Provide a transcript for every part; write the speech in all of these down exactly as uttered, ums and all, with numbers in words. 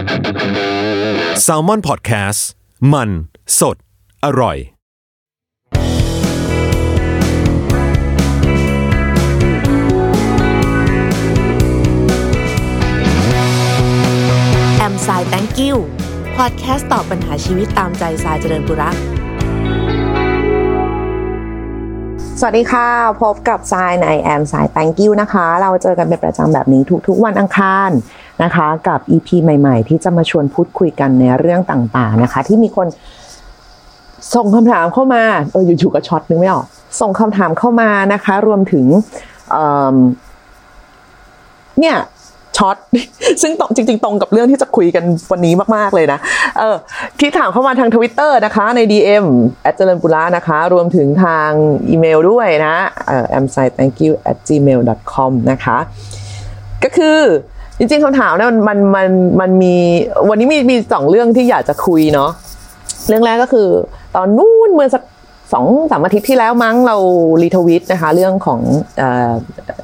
Salmon Podcast มันสดอร่อยแอมสาย thank you พอดแคสต์ตอบปัญหาชีวิตตามใจสายเจริญปุระสวัสดีค่ะพบกับสายในแอมสาย thank you นะคะเราเจอกันเป็นประจำแบบนี้ทุกๆวันอังคารนะคะกับ อี พี ใหม่ๆที่จะมาชวนพูดคุยกันในเรื่องต่างๆนะคะที่มีคนส่งคำถามเข้ามาเอออยู่ๆก็ช็อตนึงไม่ออกส่งคำถามเข้ามานะคะรวมถึงเอ่อเนี่ยช็อตซึ่งตรงจริงๆตรงกับเรื่องที่จะคุยกันวันนี้มากๆเลยนะเออที่ถามเข้ามาทาง Twitter นะคะใน ดี เอ็ม แอท เจริญปุระนะคะรวมถึงทางอีเมลด้วยนะเอ่อ แอม ไซ แธงค์ ยู แอท จีเมล ดอท คอม นะคะก็คือจริงๆคำถามเนี่ยมันมันมันมีวันนี้มีมีสองเรื่องที่อยากจะคุยเนาะเรื่องแรกก็คือตอนนู้นเมื่อสัก สองสาม อาทิตย์ที่แล้วมั้งเรารีทวิตนะคะเรื่องของเอ่อ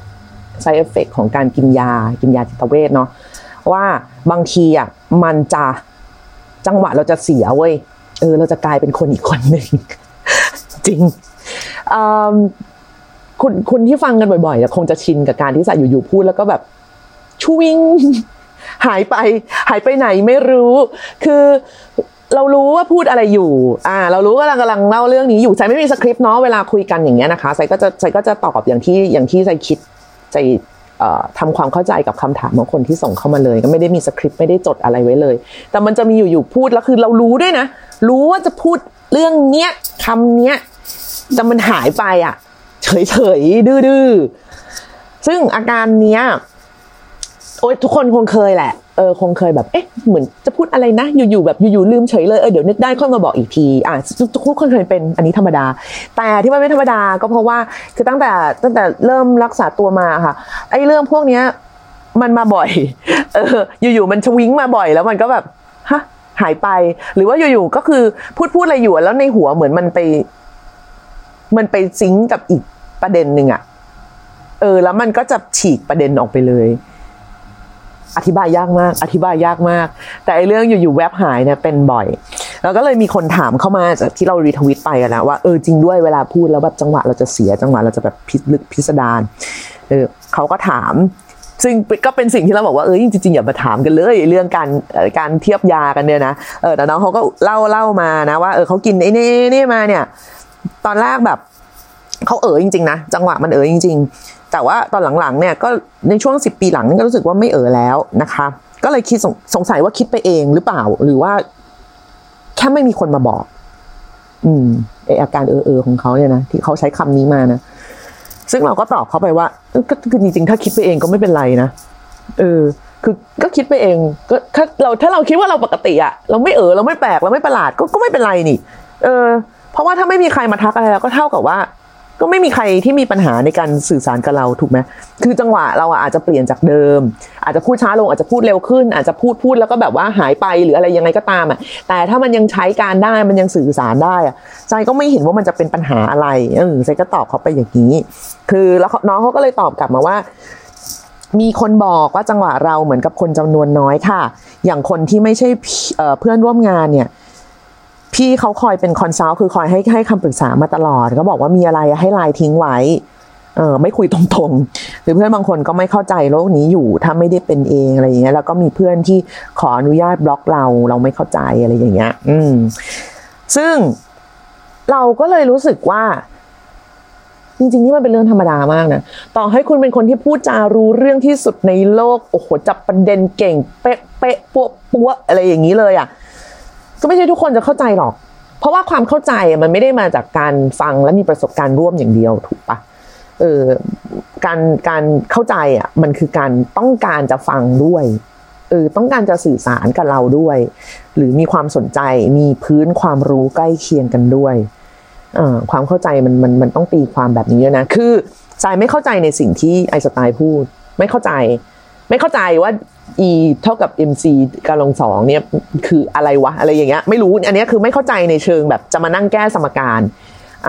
side effect ของการกินยากินยาจิตเวชเนาะว่าบางทีอ่ะมันจะจังหวะเราจะเสียเว้ยเออเราจะกลายเป็นคนอีกคนหนึ่ง จริงเอ่อคุณคุณที่ฟังกันบ่อยๆคงจะชินกับการที่สายอยู่ๆพูดแล้วก็แบบชวิงหายไปหายไปไหนไม่รู้คือเรารู้ว่าพูดอะไรอยู่อ่าเรารู้ว่ากำลังกำลังเล่าเรื่องนี้อยู่ใจไม่มีสคริปต์เนาะเวลาคุยกันอย่างเงี้ยนะคะใจก็จะใจก็จะตอบอย่างที่อย่างที่ใจคิดใจเอ่อทำความเข้าใจกับคำถามของคนที่ส่งเข้ามาเลยก็ไม่ได้มีสคริปต์ไม่ได้จดอะไรไว้เลยแต่มันจะมีอยู่ๆพูดแล้วคือเรารู้ด้วยนะรู้ว่าจะพูดเรื่องเนี้ยคำเนี้ยแต่มันหายไปอ่ะเฉยๆดื้อๆซึ่งอาการเนี้ยโอ๊ยทุกคนคงเคยแหละเออคงเคยแบบเอ๊ะเหมือนจะพูดอะไรนะอยู่ๆแบบอยู่ๆลืมเฉยเลยเออเดี๋ยวนึกได้ค่อยมาบอกอีกทีอ่ะทุกคนเคยเป็นอันนี้ธรรมดาแต่ที่มันไม่ธรรมดาก็เพราะว่าคือตั้งแต่ตั้งแต่เริ่มรักษาตัวมาค่ะไอ้เรื่องพวกเนี้ยมันมาบ่อยเอออยู่ๆมันชวิ้งมาบ่อยแล้วมันก็แบบฮะหายไปหรือว่าอยู่ๆก็คือพูดพูดอะไรอยู่แล้วในหัวเหมือนมันไปมันไปซิงก์กับอีกประเด็นนึงอ่ะเออแล้วมันก็จะฉีกประเด็นออกไปเลยอธิบายยากมากอธิบายยากมากแต่ไอ้เรื่องอยู่ๆแวบหายเนี่ยเป็นบ่อยแล้วก็เลยมีคนถามเข้ามาจากที่เรารีทวิตไปกันนะว่าเออจริงด้วยเวลาพูดแล้วแบบจังหวะเราจะเสียจังหวะเราจะแบบพิลึกพิสดารเออเขาก็ถามซึ่งก็เป็นสิ่งที่เราบอกว่าเออจริงๆอย่ามาถามกันเลยเรื่องการการเทียบยากันเนี่ยนะเออแต่น้องเขาก็เล่าเล่ามานะว่าเออเขากินไอ้นี่นี่มาเนี่ยตอนแรกแบบเขาเออจริงๆนะจังหวะมันเออจริงๆแต่ว่าตอนหลังๆเนี่ยก็ในช่วงสิบปีหลังนี่ก็รู้สึกว่าไม่เออแล้วนะคะก็เลยคิดสงสัยว่าคิดไปเองหรือเปล่าหรือว่าแค่ไม่มีคนมาบอกอืมไออาการเออๆของเขาเนี่ยนะที่เขาใช้คำนี้มานะซึ่งเราก็ตอบเขาไปว่าก็คือจริงๆถ้าคิดไปเองก็ไม่เป็นไรนะเออคือก็คิดไปเองก็ถ้าเราถ้าเราคิดว่าเราปกติอะเราไม่เออเราไม่แปลกเราไม่ประหลาดก็ก็ไม่เป็นไรนี่เออเพราะว่าถ้าไม่มีใครมาทักอะไรเราก็เท่ากับว่าก็ไม่มีใครที่มีปัญหาในการสื่อสารกับเราถูกไหมคือจังหวะเราอาจจะเปลี่ยนจากเดิมอาจจะพูดช้าลงอาจจะพูดเร็วขึ้นอาจจะพูดพูดแล้วก็แบบว่าหายไปหรืออะไรยังไงก็ตามอ่ะแต่ถ้ามันยังใช้การได้มันยังสื่อสารได้อ่ะใจก็ไม่เห็นว่ามันจะเป็นปัญหาอะไรเออใจก็ตอบเขาไปอย่างนี้คือแล้วน้องเขาก็เลยตอบกลับมาว่ามีคนบอกว่าจังหวะเราเหมือนกับคนจำนวนน้อยค่ะอย่างคนที่ไม่ใช่เพื่อนร่วมงานเนี่ยพี่เขาคอยเป็นคอนซัลท์คือคอยให้ให้คำปรึกษามาตลอดก็บอกว่ามีอะไรให้ไลน์ทิ้งไว้เออไม่คุยตรงๆหรือเพื่อนบางคนก็ไม่เข้าใจโลกนี้อยู่ถ้าไม่ได้เป็นเองอะไรอย่างเงี้ยแล้วก็มีเพื่อนที่ขออนุญาตบล็อกเราเราไม่เข้าใจอะไรอย่างเงี้ยอืมซึ่งเราก็เลยรู้สึกว่าจริงๆนี่มันเป็นเรื่องธรรมดามากนะต่อให้คุณเป็นคนที่พูดจารู้เรื่องที่สุดในโลกโอ้โหจับประเด็นเก่งเป๊ะเป๊ะปั๊วปั๊วอะไรอย่างนี้เลยอ่ะก็ไม่ใช่ทุกคนจะเข้าใจหรอกเพราะว่าความเข้าใจมันไม่ได้มาจากการฟังและมีประสบการณ์ร่วมอย่างเดียวถูกปะเออการการเข้าใจอ่ะมันคือการต้องการจะฟังด้วยเออต้องการจะสื่อสารกับเราด้วยหรือมีความสนใจมีพื้นความรู้ใกล้เคียงกันด้วยเอ่อความเข้าใจมันมันมันต้องตีความแบบนี้นะคือใจไม่เข้าใจในสิ่งที่ไอน์สไตน์พูดไม่เข้าใจไม่เข้าใจว่า E เท่ากับ เอ็ม ซี กำลังสองเนี่ยคืออะไรวะอะไรอย่างเงี้ยไม่รู้อันนี้คือไม่เข้าใจในเชิงแบบจะมานั่งแก้สมการอ่า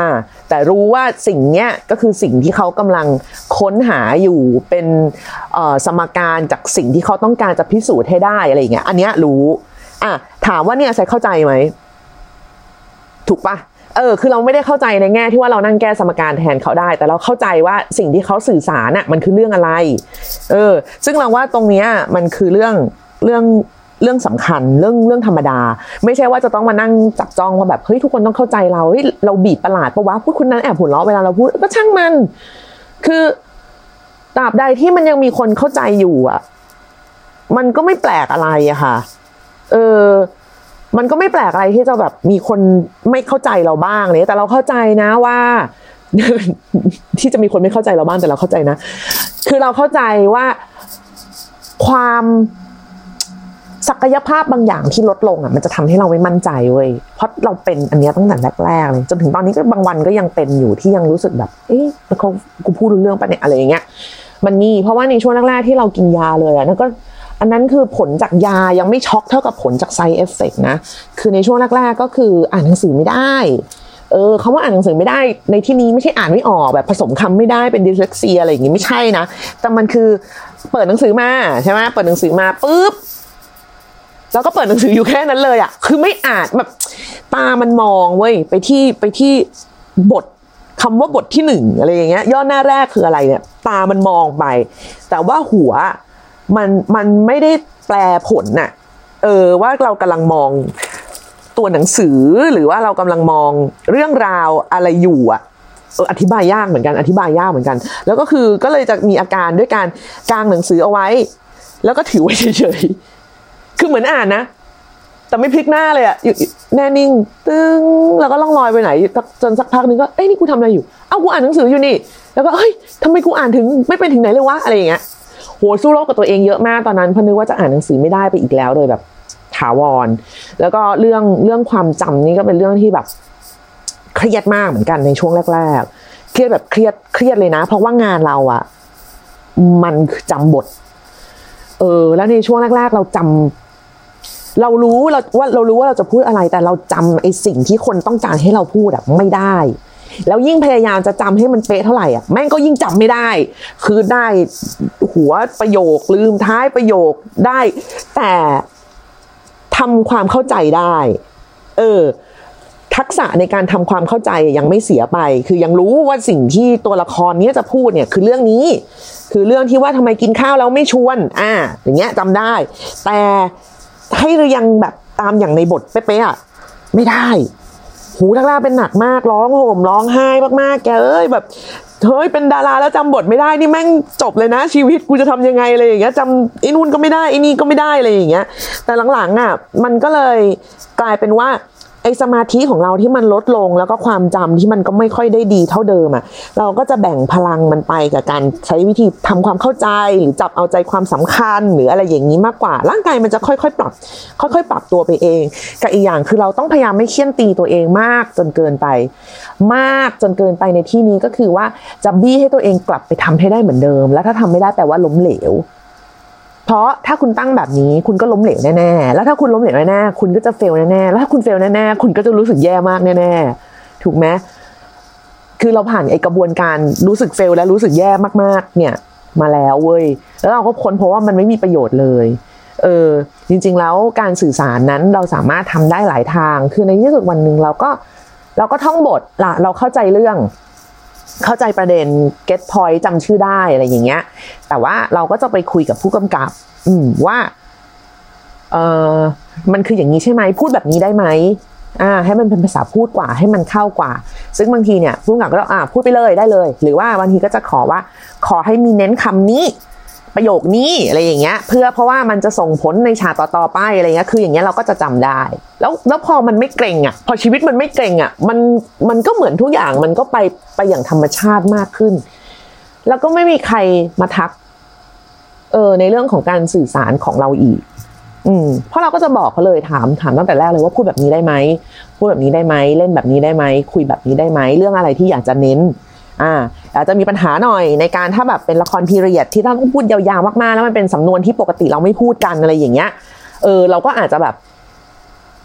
แต่รู้ว่าสิ่งเนี้ยก็คือสิ่งที่เขากำลังค้นหาอยู่เป็นเอ่อสมการจากสิ่งที่เขาต้องการจะพิสูจน์ให้ได้อะไรอย่างเงี้ยอันเนี้ยรู้อ่ะถามว่าเนี่ยใส่เข้าใจไหมถูกปะเออคือเราไม่ได้เข้าใจในแง่ที่ว่าเรานั่งแก้สมการแทนเขาได้แต่เราเข้าใจว่าสิ่งที่เขาสื่อสารน่ะมันคือเรื่องอะไรเออซึ่งเราว่าตรงเนี้ยมันคือเรื่องเรื่องเรื่องสำคัญเรื่องเรื่องธรรมดาไม่ใช่ว่าจะต้องมานั่งจับจ้องว่าแบบเฮ้ยทุกคนต้องเข้าใจเราเฮ้ยเราบีบประหลาดปะวะพูดคุณนั้นแอบหัวเราะเวลาเราพูดก็ช่างมันคือตราบใดที่มันยังมีคนเข้าใจอยู่อ่ะมันก็ไม่แปลกอะไรอะค่ะเออมันก็ไม่แปลกอะไรที่จะแบบมีคนไม่เข้าใจเราบ้างเนี่ยแต่เราเข้าใจนะว่าที่จะมีคนไม่เข้าใจเราบ้างแต่เราเข้าใจนะคือเราเข้าใจว่าความศักยภาพบางอย่างที่ลดลงอ่ะมันจะทำให้เราไม่มั่นใจเว้ยเพราะเราเป็นอันนี้ตั้งแต่แรกๆเลยจนถึงตอนนี้ก็บางวันก็ยังเป็นอยู่ที่ยังรู้สึกแบบเอ๊ะแล้วเขากูพูดรู้เรื่องปะเนี่ยอะไรอย่างเงี้ยมันนี่เพราะว่าในช่วงแรกๆที่เรากินยาเลยอ่ะนั่นก็อันนั้นคือผลจากยายังไม่ช็อกเท่ากับผลจาก side effect นะคือในช่วงแรกๆก็คืออ่านหนังสือไม่ได้เออคำว่าอ่านหนังสือไม่ได้ในที่นี้ไม่ใช่อ่านไม่ออกแบบผสมคำไม่ได้เป็นดิสเลกเซียอะไรอย่างงี้ไม่ใช่นะแต่มันคือเปิดหนังสือมาใช่ไหมเปิดหนังสือมาปุ๊บแล้วก็เปิดหนังสืออยู่แค่นั้นเลยอ่ะคือไม่อ่านแบบตามันมองเว้ยไปที่ไปที่บทคำว่าบทที่หนึ่งอะไรอย่างเงี้ยย่อหน้าแรกคืออะไรเนี่ยตามันมองไปแต่ว่าหัวมันมันไม่ได้แปลผลน่ะเออว่าเรากำลังมองตัวหนังสือหรือว่าเรากำลังมองเรื่องราวอะไรอยู่อ่ะเอออธิบายยากเหมือนกันอธิบายยากเหมือนกันแล้วก็คือก็เลยจะมีอาการด้วยการกางหนังสือเอาไว้แล้วก็ถือไว้เฉยๆคือเหมือนอ่านนะแต่ไม่พลิกหน้าเลยอ่ะแน่นิ่งตึ้งแล้วก็ล่องลอยไปไหนจนสักพักนึงก็เอ้ยนี่กูทำอะไรอยู่เอ้ากูอ่านหนังสืออยู่นี่แล้วก็เฮ้ยทำไมกูอ่านถึงไม่เป็นถึงไหนเลยวะอะไรอย่างเงี้ยโหสู้รบกับตัวเองเยอะมากตอนนั้นเพราะนึกว่าจะอ่านหนังสือไม่ได้ไปอีกแล้วโดยแบบถาวรแล้วก็เรื่องเรื่องความจำนี่ก็เป็นเรื่องที่แบบเครียดมากเหมือนกันในช่วงแรกๆเครียดแบบเครียดเครียดเลยนะเพราะว่างานเราอ่ะมันจำบทเออแล้วในช่วงแรกๆเราจำเรารู้เราว่าเรารู้ว่าเราจะพูดอะไรแต่เราจำไอ้สิ่งที่คนต้องการให้เราพูดอ่ะไม่ได้แล้วยิ่งพยายามจะจำให้มันเป๊ะเท่าไหร่อ่ะแม่งก็ยิ่งจำไม่ได้คือได้หัวประโยคลืมท้ายประโยคได้แต่ทำความเข้าใจได้เออทักษะในการทำความเข้าใจยังไม่เสียไปคือยังรู้ว่าสิ่งที่ตัวละครนี้จะพูดเนี่ยคือเรื่องนี้คือเรื่องที่ว่าทำไมกินข้าวแล้วไม่ชวนอ่าอย่างเงี้ยจำได้แต่ให้เรายังแบบตามอย่างในบทเป๊ะๆอ่ะไม่ได้หูทักษะเป็นหนักมากร้องห่มร้องไห้มากๆแกเอ้ยแบบเฮ้ยเป็นดาราแล้วจำบทไม่ได้นี่แม่งจบเลยนะชีวิตกูจะทำยังไงอะไรอย่างเงี้ยจำไอ้นู่นก็ไม่ได้ไอ้นี่ก็ไม่ได้อะไรอย่างเงี้ยแต่หลังๆอ่ะมันก็เลยกลายเป็นว่าไอ้สมาธิของเราที่มันลดลงแล้วก็ความจำที่มันก็ไม่ค่อยได้ดีเท่าเดิมอ่ะเราก็จะแบ่งพลังมันไปกับการใช้วิธีทำความเข้าใจหรือจับเอาใจความสำคัญหรืออะไรอย่างนี้มากกว่าร่างกายมันจะค่อยๆปรับค่อยๆปรับตัวไปเองกับอีกอย่างคือเราต้องพยายามไม่เคี่ยนตีตัวเองมากจนเกินไปมากจนเกินไปในที่นี้ก็คือว่าจะบี้ให้ตัวเองกลับไปทำให้ได้เหมือนเดิมแล้วถ้าทำไม่ได้แปลว่าล้มเหลวเพราะถ้าคุณตั้งแบบนี้คุณก็ล้มเหลวแน่ๆแล้วถ้าคุณล้มเหลวแน่ๆคุณก็จะเฟลแน่ๆแล้วถ้าคุณเฟลแน่ๆคุณก็จะรู้สึกแย่มากแน่ๆถูกไหมคือเราผ่านไอ้กระบวนการรู้สึกเฟลและรู้สึกแย่มากๆเนี่ยมาแล้วเว้ยแล้วเราก็ค้นพบว่ามันไม่มีประโยชน์เลยเออจริงๆแล้วการสื่อสารนั้นเราสามารถทำได้หลายทางคือในที่สุดวันนึงเราก็เราก็ท่องบทละเราเข้าใจเรื่องเข้าใจประเด็น get point จำชื่อได้อะไรอย่างเงี้ยแต่ว่าเราก็จะไปคุยกับผู้กำกับอืมว่าเออมันคืออย่างนี้ใช่ไหมพูดแบบนี้ได้ไหมอ่าให้มันเป็นภาษาพูดกว่าให้มันเข้ากว่าซึ่งบางทีเนี่ยผู้กำกับก็อ่าพูดไปเลยได้เลยหรือว่าบางทีก็จะขอว่าขอให้มีเน้นคำนี้ประโยคนี้อะไรอย่างเงี้ยเพื่อเพราะว่ามันจะส่งผลในฉากต่อๆไปอะไรเงี้ยคืออย่างเงี้ยเราก็จะจำได้แล้วแล้วพอมันไม่เกรงอ่ะพอชีวิตมันไม่เกรงอ่ะมันมันก็เหมือนทุกอย่างมันก็ไปไปอย่างธรรมชาติมากขึ้นแล้วก็ไม่มีใครมาทักเออในเรื่องของการสื่อสารของเราอีกอืมเพราะเราก็จะบอกเขาเลยถามถามตั้งแต่แรกเลยว่าพูดแบบนี้ได้ไหมพูดแบบนี้ได้ไหมเล่นแบบนี้ได้ไหมคุยแบบนี้ได้ไหมเรื่องอะไรที่อยากจะเน้นอ่าอาจจะมีปัญหาหน่อยในการถ้าแบบเป็นละครพีเรียดที่ต้องพูดยาวๆมากๆแล้วมันเป็นสำนวนที่ปกติเราไม่พูดกันอะไรอย่างเงี้ยเออเราก็อาจจะแบบ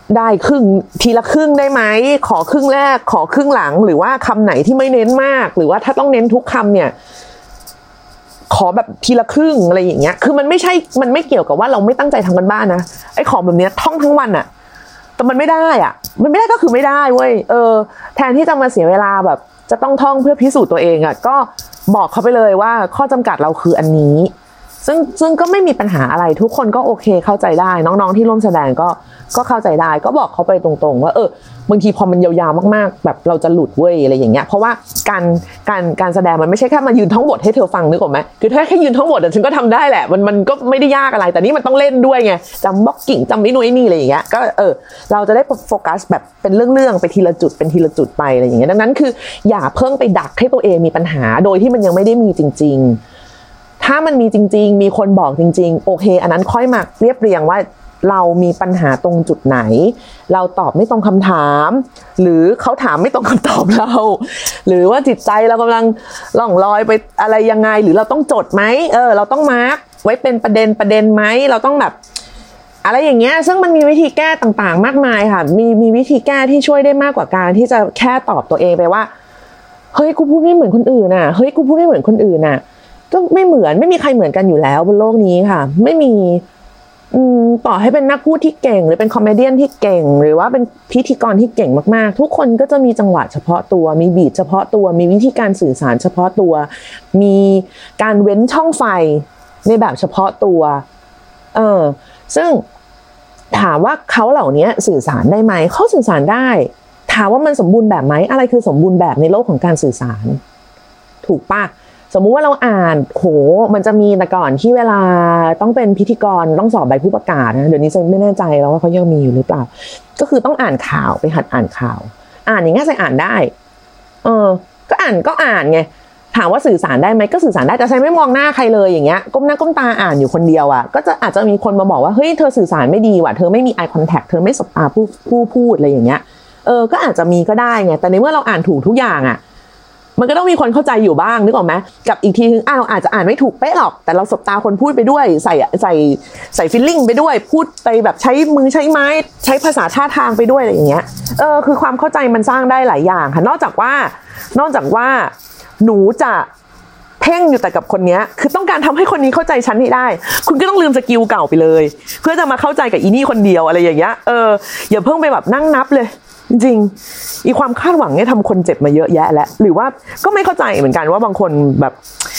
ได้ครึ่งทีละครึ่งได้ไหมขอครึ่งแรกขอครึ่งหลังหรือว่าคำไหนที่ไม่เน้นมากหรือว่าถ้าต้องเน้นทุกคำเนี่ยขอแบบทีละครึ่งอะไรอย่างเงี้ยคือมันไม่ใช่มันไม่เกี่ยวกับว่าเราไม่ตั้งใจทำกันบ้านนะไอ้ของแบบเนี้ยท่องทั้งวันอะแต่มันไม่ได้อะมันไม่ได้ก็คือไม่ได้เว้ยเออแทนที่จะมาเสียเวลาแบบจะต้องท่องเพื่อพิสูจน์ตัวเองอะก็บอกเขาไปเลยว่าข้อจำกัดเราคืออันนี้ซึ่งซึ่งก็ไม่มีปัญหาอะไรทุกคนก็โอเคเข้าใจได้น้องๆที่ร่วมแสดงก็ก็เข้าใจได้ก็บอกเขาไปตรงๆว่าเออบางทีพอมันยาวๆมากๆแบบเราจะหลุดเว้ยอะไรอย่างเงี้ยเพราะว่าการการการแสดงมันไม่ใช่แค่มายืนท่องบทให้เธอฟังนึกออกไหมคือถ้าแค่ยืนท่องบทฉันก็ทำได้แหละมันมันก็ไม่ได้ยากอะไรแต่นี่มันต้องเล่นด้วยไงจำบล็อกกิ่งจำนี่นู่นนี่อะไรอย่างเงี้ยก็เออเราจะได้โฟกัสแบบเป็นเรื่องๆไปทีละจุดเป็นทีละจุดไปอะไรอย่างเงี้ยดังนั้นคืออย่าเพิ่งไปดักให้ตัวเองมีปัญหาโดยที่มันยังไม่ได้มีจริงๆถ้ามันมีจริงๆมีคนบอกจริงๆโอเคอันนั้นค่อยมาเรียบเรียงว่าเรามีปัญหาตรงจุดไหนเราตอบไม่ตรงคำถามหรือเขาถามไม่ตรงคำตอบเราหรือว่าจิตใจเรากำลังล่องลอยไปอะไรยังไงหรือเราต้องจดไหมเออเราต้องมาร์กไว้เป็นประเด็นประเด็นไหมเราต้องแบบอะไรอย่างเงี้ยซึ่งมันมีวิธีแก้ต่างๆมากมายค่ะมีมีวิธีแก้ที่ช่วยได้มากกว่าการที่จะแค่ตอบตัวเองไปว่าเฮ้ยกูพูดไม่เหมือนคนอื่นน่ะเฮ้ยกูพูดไม่เหมือนคนอื่นน่ะก็ไม่เหมือนไม่มีใครเหมือนกันอยู่แล้วบนโลกนี้ค่ะไม่มีอืมต่อให้เป็นนักพูดที่เก่งหรือเป็นคอมเมเดี้ที่เก่งหรือว่าเป็นพิธีกรที่เก่งมากๆทุกคนก็จะมีจังหวะเฉพาะตัวมีบีทเฉพาะตัวมีวิธีการสื่อสารเฉพาะตัวมีการเว้นช่องไฟในแบบเฉพาะตัวเออซึ่งถามว่าเขาเหล่านี้สื่อสารได้ไหมเขาสื่อสารได้ถามว่ามันสมบูรณ์แบบไหมอะไรคือสมบูรณ์แบบในโลกของการสื่อสารถูกปะสมมุติว่าเราอ่านโหมันจะมีแต่ก่อนที่เวลาต้องเป็นพิธีกรต้องสอบใบผู้ประกาศนะเดี๋ยวนี้ฉันไม่แน่ใจแล้วว่าเขายังมีอยู่หรือเปล่าก็คือต้องอ่านข่าวไปหัดอ่านข่าวอ่านอย่างง่ายใจอ่านได้เออก็อ่านก็อ่านไงถามว่าสื่อสารได้ไหมก็สื่อสารได้แต่ใช้ไม่มองหน้าใครเลยอย่างเงี้ยก้มหน้าก้มตาอ่านอยู่คนเดียวอ่ะก็จะอาจจะมีคนมาบอกว่าเฮ้ยเธอสื่อสารไม่ดีว่ะเธอไม่มี eye contact เธอไม่สบตาผู้ผู้พูดอะไรอย่างเงี้ยเออก็อาจจะมีก็ได้ไงแต่ในเมื่อเราอ่านถูกทุกอย่างอ่ะมันก็ต้องมีคนเข้าใจอยู่บ้างนึกออกไหมกับอีกทีนึงอ้าวอาจจะอ่านไม่ถูกเป๊ะหรอกแต่เราสบตาคนพูดไปด้วยใส่ใส่ใส่ฟีลลิ่งไปด้วยพูดไปแบบใช้มือใช้ไม้ใช้ภาษาท่าทางไปด้วยอะไรอย่างเงี้ยเออคือความเข้าใจมันสร้างได้หลายอย่างค่ะนอกจากว่านอกจากว่าหนูจะเพ่งอยู่แต่กับคนนี้คือต้องการทำให้คนนี้เข้าใจฉันให้ได้คุณก็ต้องลืมสกิลเก่าไปเลยเพื่อจะมาเข้าใจกับอีนี่คนเดียวอะไรอย่างเงี้ยเอออย่าเพิ่งไปแบบนั่งนับเลยจริงๆอีความคาดหวังเนี่ยทำคนเจ็บมาเยอะแยะแล้วหรือว่าก็ไม่เข้าใจเหมือนกันว่าบางคนแบบ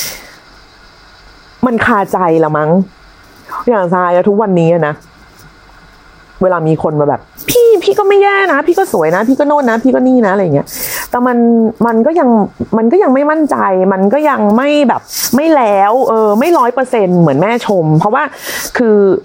มันคาใจละมั้งอย่างทรายทุกวันนี้นะเวลามีคนมาแบบพี่พี่ก็ไม่แย่นะพี่ก็สวยนะพี่ก็โน่นนะพี่ก็นี่นะอะไรเงี้ยแต่มันมันก็ยังมันก็ยังไม่มั่นใจมันก็ยังไม่แบบไม่แล้วเออไม่ร้อยเปอร์เซ็นต์เหมือนแม่ชมเพราะว่าคื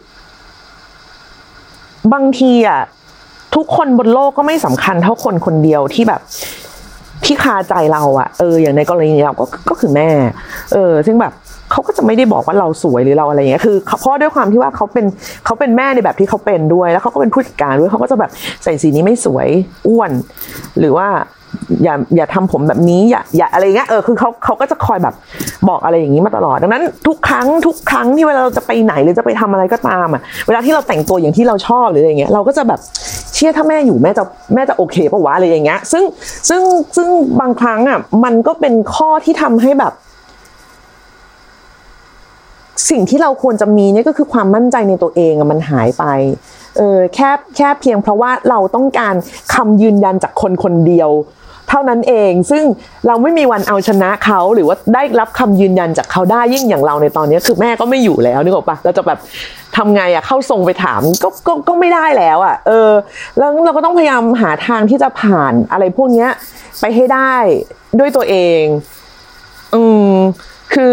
อบางทีอ่ะทุกคนบนโลกก็ไม่สำคัญเท่าคนคนเดียวที่แบบที่คาใจเราอะเอออย่างในกรณีเราก็ก็คือแม่เออซึ่งแบบเขาก็จะไม่ได้บอกว่าเราสวยหรือเราอะไรอย่างเงี้ยคือเพราะด้วยความที่ว่าเขาเป็นเขาเป็นแม่ในแบบที่เขาเป็นด้วยแล้วเขาก็เป็นผู้จัดการด้วยเขาก็จะแบบใส่สีนี้ไม่สวยอ้วนหรือว่าอย่าอย่าทำผมแบบนี้อย่าอย่าอะไรเงี้ยเออคือเขาเขาก็จะคอยแบบบอกอะไรอย่างนี้มาตลอดดังนั้นทุกครั้งทุกครั้งที่เวลาเราจะไปไหนหรือจะไปทำอะไรก็ตามอ่ะเวลาที่เราแต่งตัวอย่างที่เราชอบหรืออะไรเงี้ยเราก็จะแบบเชื่อถ้าแม่อยู่แม่จะแม่จะโอเคป่ะวะอะไรอย่างเงี้ยซึ่งซึ่งซึ่งบางครั้งอ่ะมันก็เป็นข้อที่ทำให้แบบสิ่งที่เราควรจะมีเนี่ยก็คือความมั่นใจในตัวเองอะมันหายไปเออแค่แค่เพียงเพราะว่าเราต้องการคำยืนยันจากคนคนเดียวเท่านั้นเองซึ่งเราไม่มีวันเอาชนะเขาหรือว่าได้รับคำยืนยันจากเขาได้ยิ่งอย่างเราในตอนนี้คือแม่ก็ไม่อยู่แล้วนึกออกปะเราจะแบบทำไงอะเข้าทรงไปถามก็ก็ก็ไม่ได้แล้วอะเออแล้วเราก็ต้องพยายามหาทางที่จะผ่านอะไรพวกนี้ไปให้ได้ด้วยตัวเองอืมคือ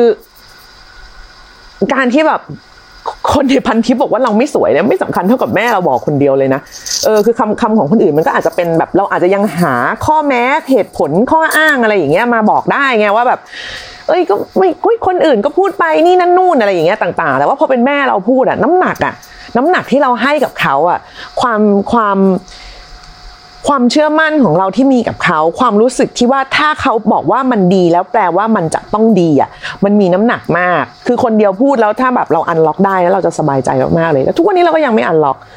การที่แบบคนในพันทิปบอกว่าเราไม่สวยเนี่ยไม่สำคัญเท่ากับแม่เราบอกคนเดียวเลยนะเออคือคำคำของคนอื่นมันก็อาจจะเป็นแบบเราอาจจะยังหาข้อแม้เหตุผลข้ออ้างอะไรอย่างเงี้ยมาบอกได้ไงว่าแบบเอ้ยก็ไม่คนอื่นก็พูดไปนี่นั่นนู่นอะไรอย่างเงี้ยต่างๆแต่ว่าพอเป็นแม่เราพูดอะน้ำหนักอะน้ำหนักที่เราให้กับเขาอะความความความเชื่อมั่นของเราที่มีกับเขาความรู้สึกที่ว่าถ้าเขาบอกว่ามันดีแล้วแปลว่ามันจะต้องดีอ่ะมันมีน้ำหนักมากคือคนเดียวพูดแล้วถ้าแบบเราอันล็อกได้แล้วเราจะสบายใจมากๆเลยแล้วทุกวันนี้เราก็ยังไม่อันล็อก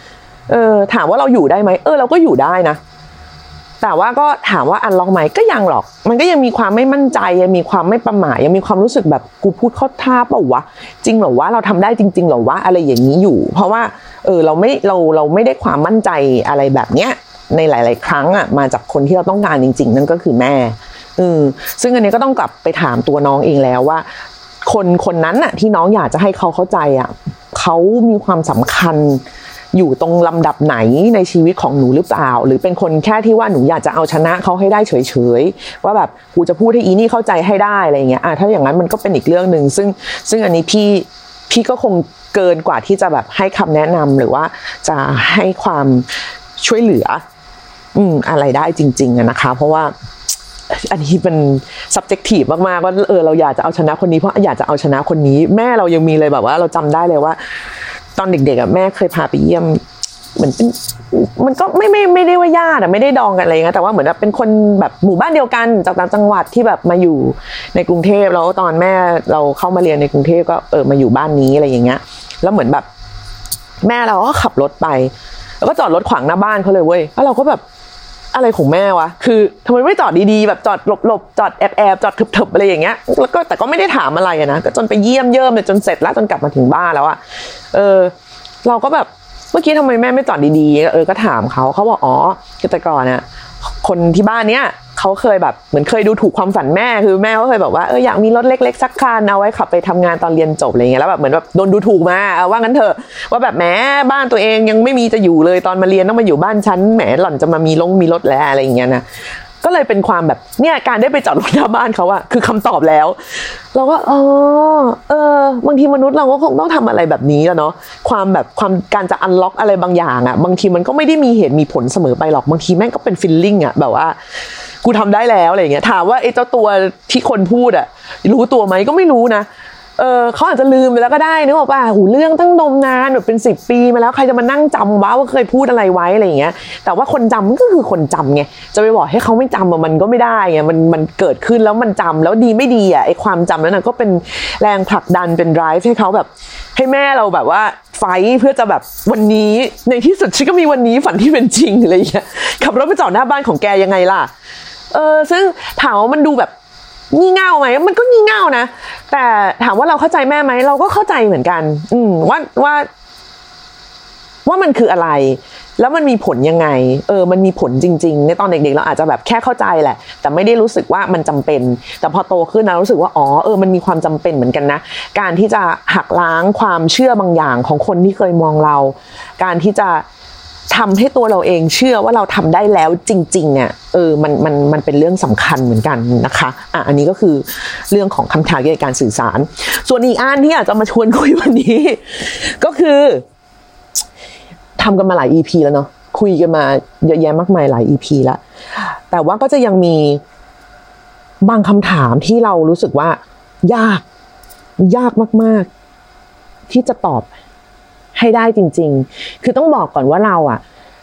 เออถามว่าเราอยู่ได้ไหมเออเราก็อยู่ได้นะแต่ว่าก็ถามว่าอันล็อกไหมก็ยังหรอกมันก็ยังมีความไม่มั่นใจยังมีความไม่ประหม่ายังมีความรู้สึกแบบกูพูดเข้าท่าเปล่าวะจริงเหรอวะเราทำได้จริงๆเหรอวะอะไรอย่างนี้อยู่เพราะว่าเออเราไม่เราเราไม่ได้ความมั่นใจอะไรแบบเนี้ยในหลายๆครั้งอ่ะมาจากคนที่เราต้องการจริงๆนั่นก็คือแม่เออซึ่งอันนี้ก็ต้องกลับไปถามตัวน้องเองแล้วว่าคนคนนั้นน่ะที่น้องอยากจะให้เขาเข้าใจอ่ะเขามีความสำคัญอยู่ตรงลำดับไหนในชีวิตของหนูหรือเปล่าหรือเป็นคนแค่ที่ว่าหนูอยากจะเอาชนะเขาให้ได้เฉยๆว่าแบบกูจะพูดให้อีนี่เข้าใจให้ได้อะไรอย่างเงี้ยอ่ะถ้าอย่างนั้นมันก็เป็นอีกเรื่องนึงซึ่งซึ่งอันนี้พี่พี่ก็คงเกินกว่าที่จะแบบให้คำแนะนำหรือว่าจะให้ความช่วยเหลืออืมอะไรได้จริงๆอะนะคะเพราะว่าอันนี้เป็น subjective มากๆว่าเออเราอยากจะเอาชนะคนนี้เพราะอยากจะเอาชนะคนนี้แม่เรายังมีเลยแบบว่าเราจำได้เลยว่าตอนเด็กๆอ่ะแม่เคยพาไปเยี่ยมเหมือนเป็นมันก็ไม่ไม่ไม่ได้ว่าญาติอ่ะไม่ได้ดองกันอะไรเงี้ยแต่ว่าเหมือนแบบเป็นคนแบบหมู่บ้านเดียวกันจากต่างจังหวัดที่แบบมาอยู่ในกรุงเทพแล้วตอนแม่เราเข้ามาเรียนในกรุงเทพก็เออมาอยู่บ้านนี้อะไรอย่างเงี้ยแล้วเหมือนแบบแม่เราก็ขับรถไปแล้วก็จอดรถขวางหน้าบ้านเขาเลยเว้ยแล้วเราก็แบบอะไรของแม่วะคือทำไมไม่จอดดีๆแบบจอดหลบๆจอดแอบๆจอดทึบๆอะไรอย่างเงี้ยแล้วก็แต่ก็ไม่ได้ถามอะไรนะก็จนไปเยี่ยมเยิ่มเลยจนเสร็จแล้วจนกลับมาถึงบ้านแล้วอะเออเราก็แบบเมื่อกี้ทำไมแม่ไม่จอดดีๆเออก็ถามเขาเขาบอกอ๋อแต่ก่อนน่ะคนที่บ้านเนี้ยเขาเคยแบบเหมือนเคยดูถูกความฝันแม่คือแม่เขาเคยแบบว่าเอออยากมีรถเล็กๆสักคันเอาไว้ขับไปทำงานตอนเรียนจบอะไรเงี้ยแล้วแบบเหมือนแบบโดนดูถูกมาเอาว่างั้นเถอะว่าแบบแหมบ้านตัวเองยังไม่มีจะอยู่เลยตอนมาเรียนต้องมาอยู่บ้านฉันแหมหล่อนจะมามีลงมีรถแล้วอะไรอย่างเงี้ยนะก็เลยเป็นความแบบเนี่ยการได้ไปจอดรถหน้าบ้านเขาอะคือคำตอบแล้วเราก็อ๋อเออบางทีมนุษย์เราก็คงต้องทำอะไรแบบนี้แล้วเนาะความแบบความการจะอันล็อกอะไรบางอย่างอะบางทีมันก็ไม่ได้มีเหตุมีผลเสมอไปหรอกบางทีแม่งก็เป็นฟีลลิ่งอะแบบว่ากูทำได้แล้วอะไรอย่างเงี้ยถามว่าไอ้เจ้าตัวที่คนพูดอะรู้ตัวไหมก็ไม่รู้นะเออเขาอาจจะลืมไปแล้วก็ได้นึกออกป่ะหูเรื่องตั้งนมนานแบบเป็นสิบปีมาแล้วใครจะมานั่งจำวะว่าเคยพูดอะไรไว้อะไรอย่างเงี้ยแต่ว่าคนจำมันก็คือคนจำไงจะไปบอกให้เขาไม่จำมันก็ไม่ได้ไงมันมันเกิดขึ้นแล้วมันจำแล้วดีไม่ดีอ่ะไอความจำนั้นก็เป็นแรงผลักดันเป็น drive ให้เขาแบบให้แม่เราแบบว่าไฟเพื่อจะแบบวันนี้ในที่สุดฉันก็มีวันนี้ฝันที่เป็นจริงอะไรอย่างเงี้ยขับรถไปจอดหน้าบ้านของแกยังไงล่ะเออซึ่งถามว่ามันดูแบบงี่เง่าไหมมันก็งี่เง่านะแต่ถามว่าเราเข้าใจแม่ไหมเราก็เข้าใจเหมือนกันอืมว่าว่าว่ามันคืออะไรแล้วมันมีผลยังไงเออมันมีผลจริงๆในตอนเด็กๆเราอาจจะแบบแค่เข้าใจแหละแต่ไม่ได้รู้สึกว่ามันจำเป็นแต่พอโตขึ้นนะรู้สึกว่าอ๋อเออมันมีความจำเป็นเหมือนกันนะการที่จะหักล้างความเชื่อบางอย่างของคนที่เคยมองเราการที่จะทำให้ตัวเราเองเชื่อว่าเราทำได้แล้วจริงๆอ่ะเออมันมันมันเป็นเรื่องสำคัญเหมือนกันนะคะอ่ะอันนี้ก็คือเรื่องของคำถามเกี่ยวกับการสื่อสารส่วนอีกอันที่อยากจะมาชวนคุยวันนี้ก็คือทำกันมาหลาย อี พี แล้วเนาะคุยกันมาเยอะแยะมากมายหลาย อี พี แล้วแต่ว่าก็จะยังมีบางคำถามที่เรารู้สึกว่ายากยากมากๆที่จะตอบให้ได้จริงๆคือต้องบอกก่อนว่าเราอะ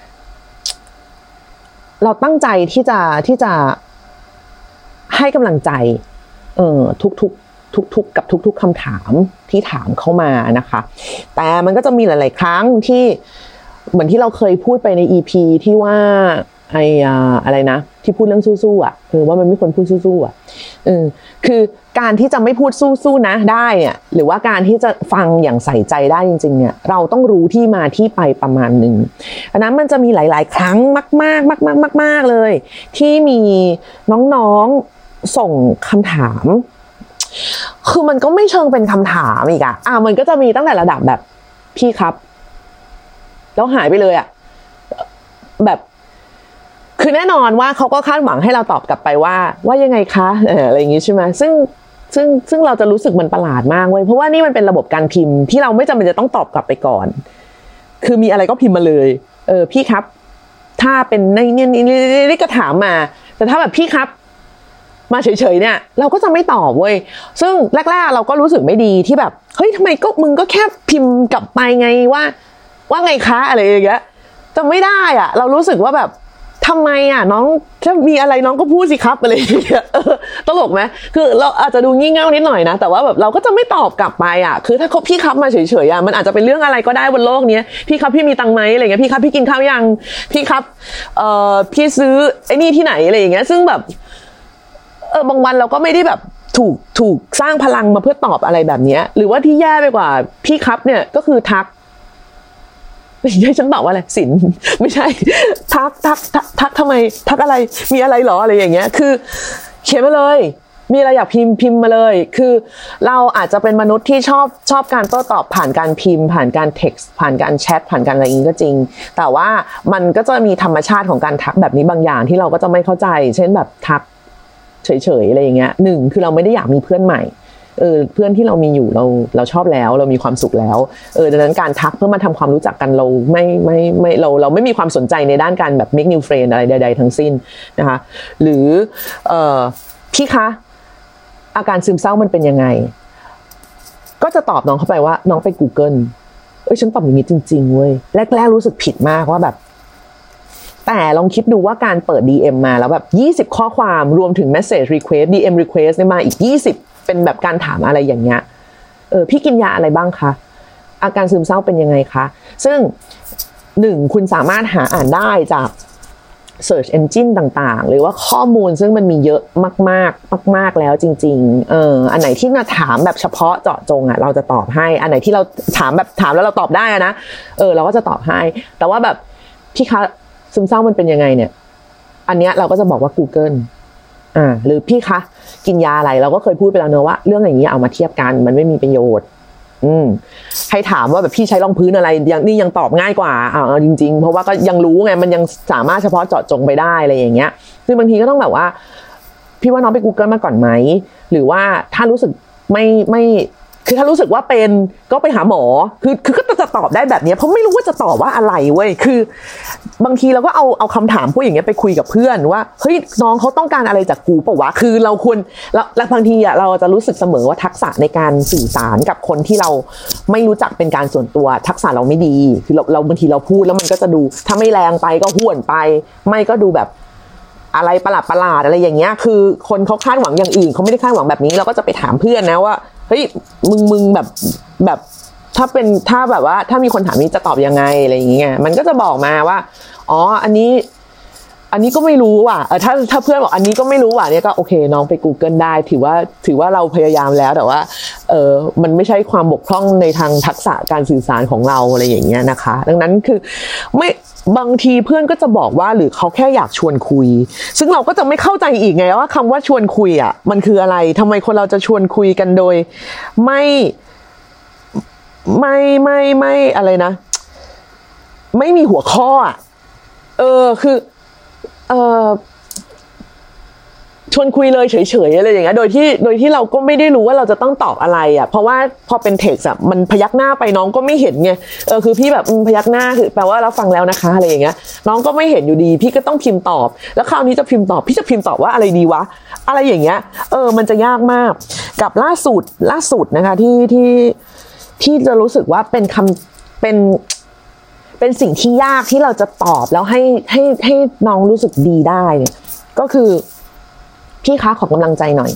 เราตั้งใจที่จะที่จะให้กำลังใจเอ่อทุกๆทุกๆกับทุกๆคำถามที่ถามเข้ามานะคะแต่มันก็จะมีหลายๆครั้งที่เหมือนที่เราเคยพูดไปใน อี พี ที่ว่าไอ้อะไรนะที่พูดเรื่องสู้ๆอ่ะคือว่ามันไม่ควรพูดสู้ๆอ่ะเออคือการที่จะไม่พูดสู้ๆนะได้เนี่ยหรือว่าการที่จะฟังอย่างใส่ใจได้จริงๆเนี่ยเราต้องรู้ที่มาที่ไปประมาณนึงอันนั้นมันจะมีหลายๆครั้งมากๆมากๆๆเลยที่มีน้องๆส่งคำถามคือมันก็ไม่เชิงเป็นคำถามอีกอ่ะอ่ะมันก็จะมีตั้งแต่ระดับแบบพี่ครับแล้วหายไปเลยอ่ะแบบคือแน่นอนว่าเขาก็คาดหวังให้เราตอบกลับไปว่าว่ายังไงคะเอออะไรอย่างงี้ใช่ไหมซึ่งซึ่งซึ่งเราจะรู้สึกมันประหลาดมากเว้ยเพราะว่านี่มันเป็นระบบการพิมพ์ที่เราไม่จำเป็นจะต้องตอบกลับไปก่อนคือมีอะไรก็พิมพ์มาเลยเออพี่ครับถ้าเป็นในเนี่ยนี่ก็ถามมาแต่ถ้าแบบพี่ครับมาเฉยๆเนี่ยเราก็จะไม่ตอบเว้ยซึ่งแรกๆเราก็รู้สึกไม่ดีที่แบบเฮ้ยทำไมก็มึงก็แค่พิมพ์กลับไปไงว่าว่าไงคะอะไรอย่างเงี้ยจะไม่ได้อ่ะเรารู้สึกว่าแบบททำไมอ่ะน้องถ้ามีอะไรน้องก็พูดสิครับอะไรอย่างเงี้ยตลกไหมคือเราอาจจะดูงี่เง่านิดหน่อยนะแต่ว่าแบบเราก็จะไม่ตอบกลับไปอ่ะคือถ้าพี่ครับมาเฉยๆอ่ะมันอาจจะเป็นเรื่องอะไรก็ได้บนโลกนี้พี่ครับพี่มีตังค์ไหมอะไรเงี้ยพี่ครับพี่กินข้าวยังพี่ครับเอ่อพี่ซื้อไอ้นี่ที่ไหนอะไรอย่างเงี้ยซึ่งแบบเออบางวันเราก็ไม่ได้แบบถูกถูกสร้างพลังมาเพื่อตอบอะไรแบบนี้หรือว่าที่แย่ไปกว่าพี่ครับเนี่ยก็คือทักให้ฉันตอบว่าอะไรสินไม่ใช่ทักทักทักทักทำไมทักอะไรมีอะไรหรออะไรอย่างเงี้ยคือเขียนมาเลยมีอะไรอยากพิมพ์พิมพ์มาเลยคือเราอาจจะเป็นมนุษย์ที่ชอบชอบการโต้ตอบผ่านการพิมพ์ผ่านการเท็กซ์ผ่านการแชทผ่านการอะไรอย่างนี้ก็จริงแต่ว่ามันก็จะมีธรรมชาติของการทักแบบนี้บางอย่างที่เราก็จะไม่เข้าใจเช่นแบบทักเฉยๆอะไรอย่างเงี้ยหนึ่งคือเราไม่ได้อยากมีเพื่อนใหม่เออเพื่อนที่เรามีอยู่เราเราชอบแล้วเรามีความสุขแล้วเออดังนั้นการทักเพื่อมาทำความรู้จักกันเราไม่ไม่ไม่เราเราไม่มีความสนใจในด้านการแบบ make new friend อะไรใดๆทั้งสิ้นนะคะหรือเอ่อพี่คะอาการซึมเศร้ามันเป็นยังไงก็จะตอบน้องเข้าไปว่าน้องไป Google เอ้ยฉันตอบอย่างนี้จริงๆเว้ยแรกๆรู้สึกผิดมากว่าแบบแต่ลองคิดดูว่าการเปิด ดี เอ็ม มาแล้วแบบยี่สิบข้อความรวมถึง message request ดี เอ็ม request เนี่ยมาอีกยี่สิบเป็นแบบการถามอะไรอย่างเงี้ยเออพี่กินยาอะไรบ้างคะอาการซึมเศร้าเป็นยังไงคะซึ่งหนึ่งคุณสามารถหาอ่านได้จาก search engine ต่างๆหรือว่าข้อมูลซึ่งมันมีเยอะมากๆมากๆแล้วจริงๆเอออันไหนที่มาถามแบบเฉพาะเจาะจงอ่ะเราจะตอบให้อันไหนที่เราถามแบบถามแล้วเราตอบได้นะเออเราก็จะตอบให้แต่ว่าแบบพี่คะซึมเศร้ามันเป็นยังไงเนี่ยอันเนี้ยเราก็จะบอกว่า Google อ่าหรือพี่คะกินยาอะไรเราก็เคยพูดไปแล้วเนอะว่าเรื่องอย่างนี้เอามาเทียบกันมันไม่มีประโยชน์อืมให้ถามว่าแบบพี่ใช้รองพื้นอะไรยังนี่ยังตอบง่ายกว่าอ่าจริงๆเพราะว่าก็ยังรู้ไงมันยังสามารถเฉพาะเจาะจงไปได้อะไรอย่างเงี้ยซึ่งบางทีก็ต้องแบบว่าพี่ว่าน้องไป Google มาก่อนไหมหรือว่าถ้ารู้สึกไม่ไม่คือถ้ารู้สึกว่าเป็นก็ไปหาหมอคือคือก็จะตอบได้แบบนี้เพราะไม่รู้ว่าจะตอบว่าอะไรเว้ยคือบางทีเราก็เอาเอาคำถามพวกอย่างเงี้ยไปคุยกับเพื่อนว่าเฮ้ยน้องเขาต้องการอะไรจากกูเปล่าวะคือเราควรแล้วแล้วบางทีอ่ะเราจะรู้สึกเสมอว่าทักษะในการสื่อสารกับคนที่เราไม่รู้จักเป็นการส่วนตัวทักษะเราไม่ดีคือเราเราบางทีเราพูดแล้วมันก็จะดูถ้าไม่แรงไปก็ห้วนไปไม่ก็ดูแบบอะไรประหลาดประหลาดอะไรอย่างเงี้ยคือคนเขาคาดหวังอย่างอื่นเขาไม่ได้คาดหวังแบบนี้เราก็จะไปถามเพื่อนนะว่าเฮ้ยมึงมึงแบบแบบถ้าเป็นถ้าแบบว่าถ้ามีคนถามนี้จะตอบยังไงอะไรอย่างเงี้ยมันก็จะบอกมาว่าอ๋ออันนี้อันนี้ก็ไม่รู้ว่ะเออถ้าถ้าเพื่อนบอกอันนี้ก็ไม่รู้ว่ะเนี่ยก็โอเคน้องไป Google ได้ถือว่าถือว่าเราพยายามแล้วแต่ว่าเออมันไม่ใช่ความบกพร่องในทางทักษะการสื่อสารของเราอะไรอย่างเงี้ยนะคะดังนั้นคือไม่บางทีเพื่อนก็จะบอกว่าหรือเขาแค่อยากชวนคุยซึ่งเราก็จะไม่เข้าใจอีกไงว่าคำว่าชวนคุยอ่ะมันคืออะไรทำไมคนเราจะชวนคุยกันโดยไม่ไม่ไม่ไม่อะไรนะไม่มีหัวข้ออ่ะเออคือเออชวนคุยเลยเฉยๆอะไรอย่างเงี้ยโดยที่โดยที่เราก็ไม่ได้รู้ว่าเราจะต้องตอบอะไรอ่ะเพราะว่าพอเป็นเท็กซ์อ่ะมันพยักหน้าไปน้องก็ไม่เห็นไงเออคือพี่แบบพยักหน้าคือแปลว่าเราฟังแล้วนะคะอะไรอย่างเงี้ยน้องก็ไม่เห็นอยู่ดีพี่ก็ต้องพิมพ์ตอบแล้วคราวนี้จะพิมพ์ตอบพี่จะพิมพ์ตอบว่าอะไรดีวะอะไรอย่างเงี้ยเออมันจะยากมากกับล่าสุดล่าสุดนะคะที่ที่ที่จะรู้สึกว่าเป็นคำเป็นเป็นสิ่งที่ยากที่เราจะตอบแล้วให้ให้ให้น้องรู้สึกดีได้เนี่ยก็คือพี่คะขอกำลังใจหน่อย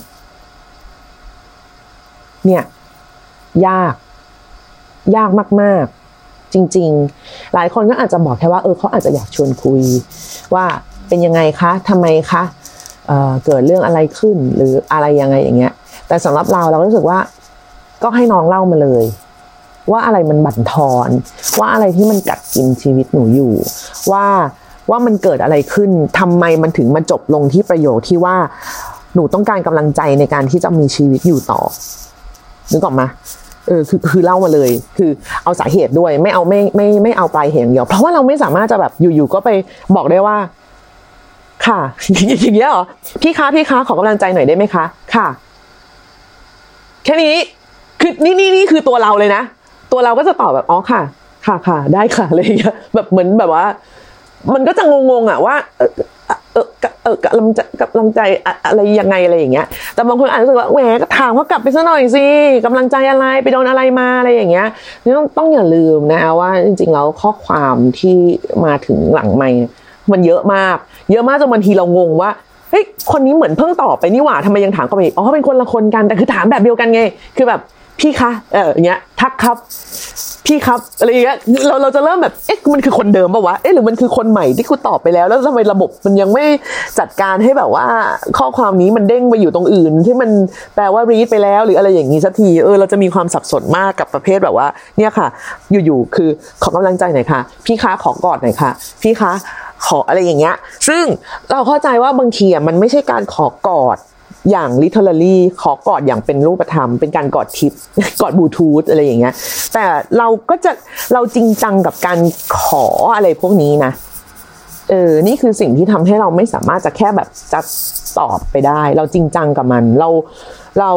เนี่ยยากยากมากๆจริงๆหลายคนก็อาจจะบอกแค่ว่าเออเขาอาจจะอยากชวนคุยว่าเป็นยังไงคะทำไมคะเอ่อเกิดเรื่องอะไรขึ้นหรืออะไรยังไงอย่างเงี้ยแต่สำหรับเราเรารู้สึกว่าก็ให้น้องเล่ามาเลยว่าอะไรมันบั่นทอนว่าอะไรที่มันกัดกินชีวิตหนูอยู่ว่าว่ามันเกิดอะไรขึ้นทำไมมันถึงมาจบลงที่ประโยคที่ว่าหนูต้องการกำลังใจในการที่จะมีชีวิตอยู่ต่อนึกออกมาเออคือคือเล่ามาเลยคือเอาสาเหตุด้วยไม่เอาไม่ไม่ไม่เอาปลายเหตุอย่างเดียวเพราะว่าเราไม่สามารถจะแบบอยู่ๆก็ไปบอกได้ว่าค่ะอย่างเงี้ยเหรอพี่คะพี่คะขอกำลังใจหน่อยได้ไหมคะค่ะแค่นี้คือนี่นี่นี่คือตัวเราเลยนะตัวเราก็จะตอบแบบอ๋อค่ะค่ะค่ะได้ค่ะอะไรอย่างเงี้ยแบบเหมือนแบบว่ามันก็จะงงๆอ่ะว่าเออเออเออกำลังใจกำลังใจอะไรยังไงอะไรอย่างเงี้ยแต่บางคนอาจจะรู้สึกว่าแหมก็ถามเขากลับไปซะหน่อยสิกำลังใจอะไรไปโดนอะไรมาอะไรอย่างเงี้ยนี่ต้องต้องอย่าลืมนะว่าจริงๆแล้วข้อความที่มาถึงหลังไมค์มันเยอะมากเยอะมากจนบางทีเรางงว่าเฮ้ยคนนี้เหมือนเพิ่งตอบไปนี่หว่าทำไมยังถามกลับมาอีกอ๋อเป็นคนละคนกันแต่คือถามแบบเดียวกันไงคือแบบพี่คะเอออย่างเงี้ยทักครับพี่ครับอะไรอย่างเงี้ยเราเราจะเริ่มแบบเอ๊ะมันคือคนเดิมป่ะวะเอ๊ะหรือมันคือคนใหม่ที่คุณตอบไปแล้วแล้วทำไมระบบมันยังไม่จัดการให้แบบว่าข้อความนี้มันเด้งไปอยู่ตรงอื่นที่มันแปลว่า read ไปแล้วหรืออะไรอย่างงี้สักทีเออเราจะมีความสับสนมากกับประเภทแบบว่าเนี่ยค่ะอยู่ๆคือขอกำลังใจหน่อยค่ะพี่คะขอกอดหน่อยค่ะพี่คะขออะไรอย่างเงี้ยซึ่งเราเข้าใจว่าบางทีอ่ะมันไม่ใช่การขอกอดอย่าง literally ขอกอดอย่างเป็นรูปธรรมเป็นการกอดทิปกอดบลูทูธอะไรอย่างเงี้ยแต่เราก็จะเราจริงจังกับการขออะไรพวกนี้นะเออนี่คือสิ่งที่ทำให้เราไม่สามารถจะแค่แบบจะตอบไปได้เราจริงจังกับมันเราเรา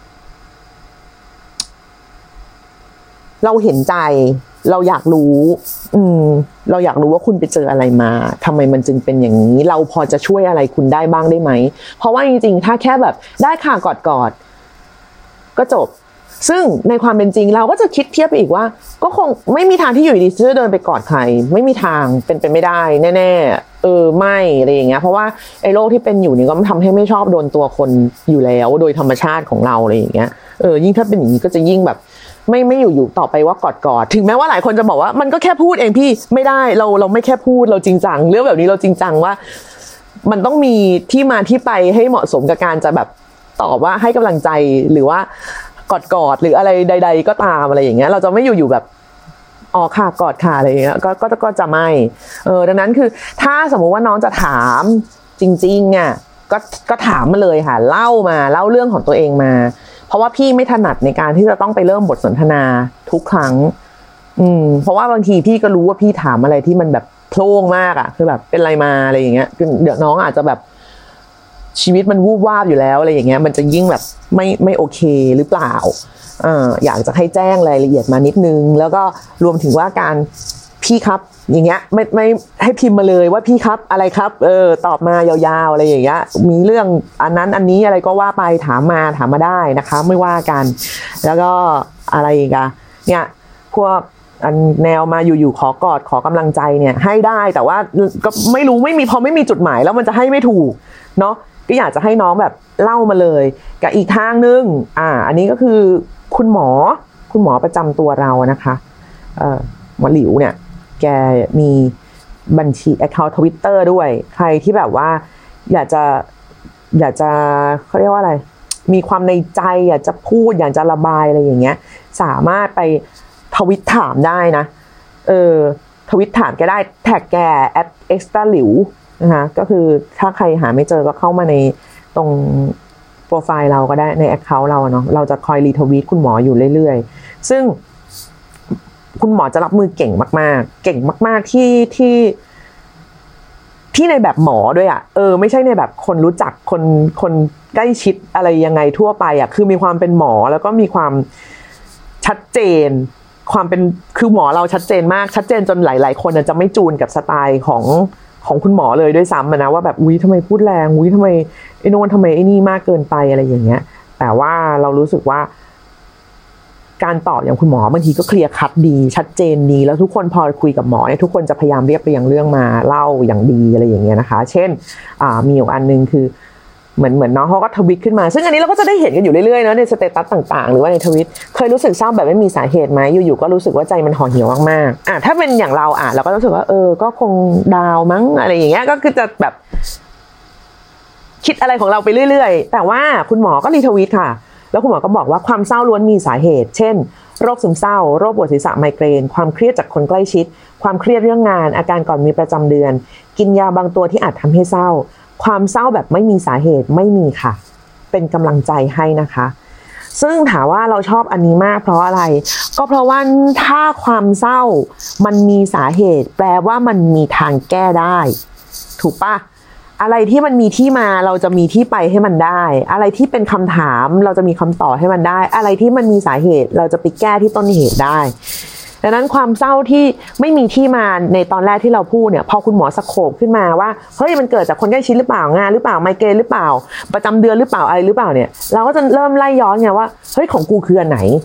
เราเห็นใจเราอยากรู้อืมเราอยากรู้ว่าคุณไปเจออะไรมาทำไมมันจึงเป็นอย่างนี้เราพอจะช่วยอะไรคุณได้บ้างได้ไหมเพราะว่าจริงๆถ้าแค่แบบได้ค่ะกอดกอดก็จบซึ่งในความเป็นจริงเราก็จะคิดเทียบไปอีกว่าก็คงไม่มีทางที่อยู่ดีจะเดินไปกอดใครไม่มีทางเป็นไปไม่ได้แน่ๆเออไม่อะไรอย่างเงี้ยเพราะว่าไอ้โรคที่เป็นอยู่นี่ก็ทำให้ไม่ชอบโดนตัวคนอยู่แล้วโดยธรรมชาติของเราอะไรอย่างเงี้ยเออยิ่งถ้าเป็นอย่างนี้ก็จะยิ่งแบบไม่ไม่อยู่อยู่ต่อไปว่ากอดกอดถึงแม้ว่าหลายคนจะบอกว่ามันก็แค่พูดเองพี่ไม่ได้เราเราไม่แค่พูดเราจริงจังเรื่องแบบนี้เราจริงจังว่ามันต้องมีที่มาที่ไปให้เหมาะสมกับการจะแบบตอบว่าให้กำลังใจหรือว่ากอดกอดหรืออะไรใดๆก็ตามอะไรอย่างเงี้ยเราจะไม่อยู่อยู่แบบอ๋อค่ะกอดค่ะอะไรอย่างเงี้ยก็ก็ก็จะไม่เออดังนั้นคือถ้าสมมุติว่าน้องจะถามจริงๆเนี่ยก็ก็ถามมาเลยค่ะเล่ามาเล่าเรื่องของตัวเองมาเพราะว่าพี่ไม่ถนัดในการที่จะต้องไปเริ่มบทสนทนาทุกครั้งอืมเพราะว่าบางทีพี่ก็รู้ว่าพี่ถามอะไรที่มันแบบโพล่งมากอ่ะคือแบบเป็นอะไรมาอะไรอย่างเงี้ยเดี๋ยวน้องอาจจะแบบชีวิตมันวูบวาบอยู่แล้วอะไรอย่างเงี้ยมันจะยิ่งแบบไม่ไม่โอเคหรือเปล่าเอ่ออยากจะให้แจ้งรายละเอียดมานิดนึงแล้วก็รวมถึงว่าการพี่ครับอย่างเงี้ยไม่ไม่ให้พิมพ์มาเลยว่าพี่ครับอะไรครับเออตอบมายาวๆอะไรอย่างเงี้ยมีเรื่องอันนั้นอันนี้อะไรก็ว่าไปถามมาถามมาได้นะคะไม่ว่ากันแล้วก็อะไรอีกอะเนี่ยพวกอันแนวมาอยู่ๆขอกอดขอกำลังใจเนี่ยให้ได้แต่ว่าก็ไม่รู้ไม่มีพอไม่มีจุดหมายแล้วมันจะให้ไม่ถูกเนาะก็อยากจะให้น้องแบบเล่ามาเลยกับอีกทางนึงอ่าอันนี้ก็คือคุณหมอคุณหมอประจำตัวเรานะคะเอ่อหมอหลิวเนี่ยแกมีบัญชี account Twitter ด้วยใครที่แบบว่าอยากจะอยากจะเขาเรียกว่าอะไรมีความในใจอยากจะพูดอยากจะระบายอะไรอย่างเงี้ยสามารถไปทวิตถามได้นะเออทวิตถามแกได้แท็กแก แอท เอ็กซ์ตร้า หลิวนะคะก็คือถ้าใครหาไม่เจอก็เข้ามาในตรงโปรไฟล์เราก็ได้ใน account เราเนาะเราจะคอยรีทวีตคุณหมออยู่เรื่อยๆซึ่งคุณหมอจะรับมือเก่งมากๆเก่งมากๆที่ที่ที่ในแบบหมอด้วยอ่ะเออไม่ใช่ในแบบคนรู้จักคนคนใกล้ชิดอะไรยังไงทั่วไปอ่ะคือมีความเป็นหมอแล้วก็มีความชัดเจนความเป็นคือหมอเราชัดเจนมากชัดเจนจนหลายๆคนจะไม่จูนกับสไตล์ของของคุณหมอเลยด้วยซ้ำนะว่าแบบอุ๊ยทำไมพูดแรงอุ๊ยทำไมไอ้โน่นทำไมไอ้นี่มากเกินไปอะไรอย่างเงี้ยแต่ว่าเรารู้สึกว่าการตอบอย่างคุณหมอบางทีก็เคลียร์คัดดีชัดเจนดีแล้วทุกคนพอคุยกับหมอเนี่ยทุกคนจะพยายามเรียบเรียงเรื่องมาเล่าอย่างดีอะไรอย่างเงี้ยนะคะเช่นอ่ามีอยู่อันนึงคือเหมือนเหมือนน้องเขาก็ทวิตขึ้นมาซึ่งอันนี้เราก็จะได้เห็นกันอยู่เรื่อยๆเนาะในสเตตัสต่างๆหรือว่าในทวิตเคยรู้สึกเศร้าแบบไม่มีสาเหตุไหมอยู่ๆก็รู้สึกว่าใจมันห่อเหี่ยวมากๆอ่ะถ้าเป็นอย่างเราอ่ะเราก็รู้สึกว่าเออก็คงดาวมั้งอะไรอย่างเงี้ยก็คือจะแบบคิดอะไรของเราไปเรื่อยๆแต่ว่าคุณหมอก็รีทวิตค่ะแล้วคุณหมอก็บอกว่าความเศร้าล้วนมีสาเหตุเช่นโรคซึมเศร้าโรคปวดศีรษะไมเกรนความเครียดจากคนใกล้ชิดความเครียดเรื่องงานอาการก่อนมีประจำเดือนกินยาบางตัวที่อาจทำให้เศร้าความเศร้าแบบไม่มีสาเหตุไม่มีค่ะเป็นกำลังใจให้นะคะซึ่งถามว่าเราชอบอันนี้มากเพราะอะไรก็เพราะว่าถ้าความเศร้ามันมีสาเหตุแปลว่ามันมีทางแก้ได้ถูกปะอะไรที่มันมีที่มาเราจะมีที่ไปให้มันได้อะไรที่เป็นคำถามเราจะมีคำตอบให้มันได้อะไรที่มันมีสาเหตุเราจะไปแก้ที่ต้นเหตุได้ดังนั้นความเศร้าที่ไม่มีที่มาในตอนแรกที่เราพูดเนี่ยพอคุณหมอสโคปขึ้นมาว่าเฮ้ยมันเกิดจากคนใกล้ชิดหรือเปล่างานหรือเปล่าไมเกรนหรือเปล่าประจำเดือนหรือเปล่าอะไรหรือเปล่าเนี่ยเราก็จะเริ่มไล่ย้อนไงว่าเฮ้ยของกูคืออันไหน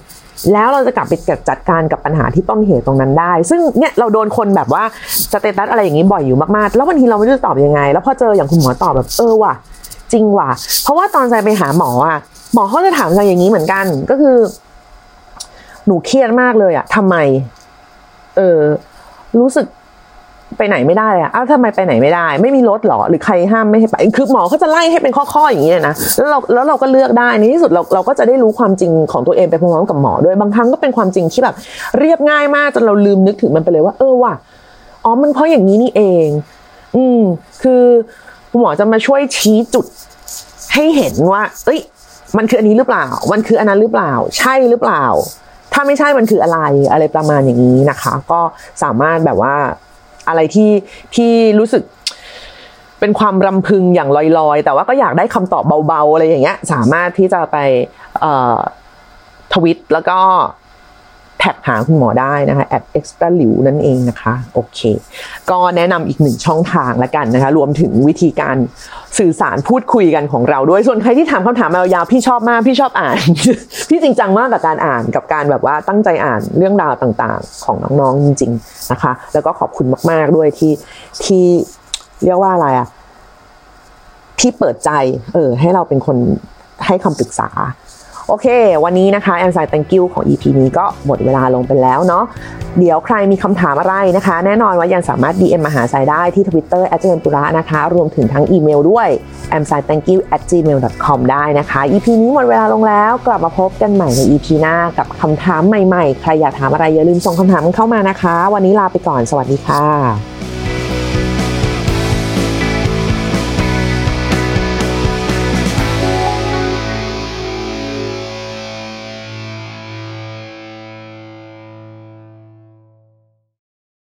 แล้วเราจะกลับไปจัดการกับปัญหาที่ต้นเหตุตรงนั้นได้ซึ่งเนี่ยเราโดนคนแบบว่าสเตตัสอะไรอย่างนี้บ่อยอยู่มากๆแล้วบางทีเราไม่รู้จะตอบยังไงแล้วพอเจออย่างคุณหมอตอบแบบเออว่ะจริงว่ะเพราะว่าตอนใจไปหาหมออ่ะหมอเขาจะถามใจอย่างนี้เหมือนกันก็คือหนูเครียดมากเลยอ่ะทำไมเออรู้สึกไปไหนไม่ได้อ่ะอ้าวทำไมไปไหนไม่ได้ไม่มีรถหรอหรือใครห้ามไม่ให้ไปคือหมอเขาจะไล่ให้เป็นข้อๆอย่างนี้เลยนะแล้วเราแล้วเราก็เลือกได้ในที่สุดเราเราก็จะได้รู้ความจริงของตัวเองไปพร้อมๆกับหมอด้วยบางครั้งก็เป็นความจริงที่แบบเรียบง่ายมากจนเราลืมนึกถึงมันไปเลยว่าเออว่ะอ๋อมันเพราะอย่างนี้นี่เองอืมคือหมอจะมาช่วยชี้จุดให้เห็นว่าเอ้ยมันคืออันนี้หรือเปล่ามันคืออันนั้นหรือเปล่าใช่หรือเปล่าถ้าไม่ใช่มันคืออะไรอะไรประมาณอย่างนี้นะคะก็สามารถแบบว่าอะไรที่ที่รู้สึกเป็นความรำพึงอย่างลอยๆแต่ว่าก็อยากได้คำตอบเบาๆอะไรอย่างเงี้ยสามารถที่จะไปเอ่อทวิตแล้วก็แท็กหาคุณหมอได้นะคะแอด extra หลิวนั่นเองนะคะโอเคก็แนะนำอีกหนึ่งช่องทางละกันนะคะรวมถึงวิธีการสื่อสารพูดคุยกันของเราด้วยส่วนใครที่ถามคำถามมายาวๆพี่ชอบมากพี่ชอบอ่าน พี่จริงจังมากกับการอ่านกับการแบบว่าตั้งใจอ่านเรื่องราวต่างๆของน้องๆจริงๆนะคะแล้วก็ขอบคุณมากๆด้วยที่ที่เรียกว่าอะไรอ่ะที่เปิดใจเออให้เราเป็นคนให้คำปรึกษาโอเควันนี้นะคะแอนไซน์ thank you ของ อี พี นี้ก็หมดเวลาลงไปแล้วเนาะเดี๋ยวใครมีคำถามอะไรนะคะแน่นอนว่ายังสามารถ ดี เอ็ม มาหาไซน์ได้ที่ Twitter แอท เจริญปุระนะคะรวมถึงทั้งอีเมลด้วย แอมไซน์ thank you แอท จีเมล ดอท คอม ได้นะคะ อี พี นี้หมดเวลาลงแล้วกลับมาพบกันใหม่ใน อี พี หน้ากับคำถามใหม่ๆใครอยากถามอะไรอย่าลืมส่งคำถามเข้ามานะคะวันนี้ลาไปก่อนสวัสดีค่ะ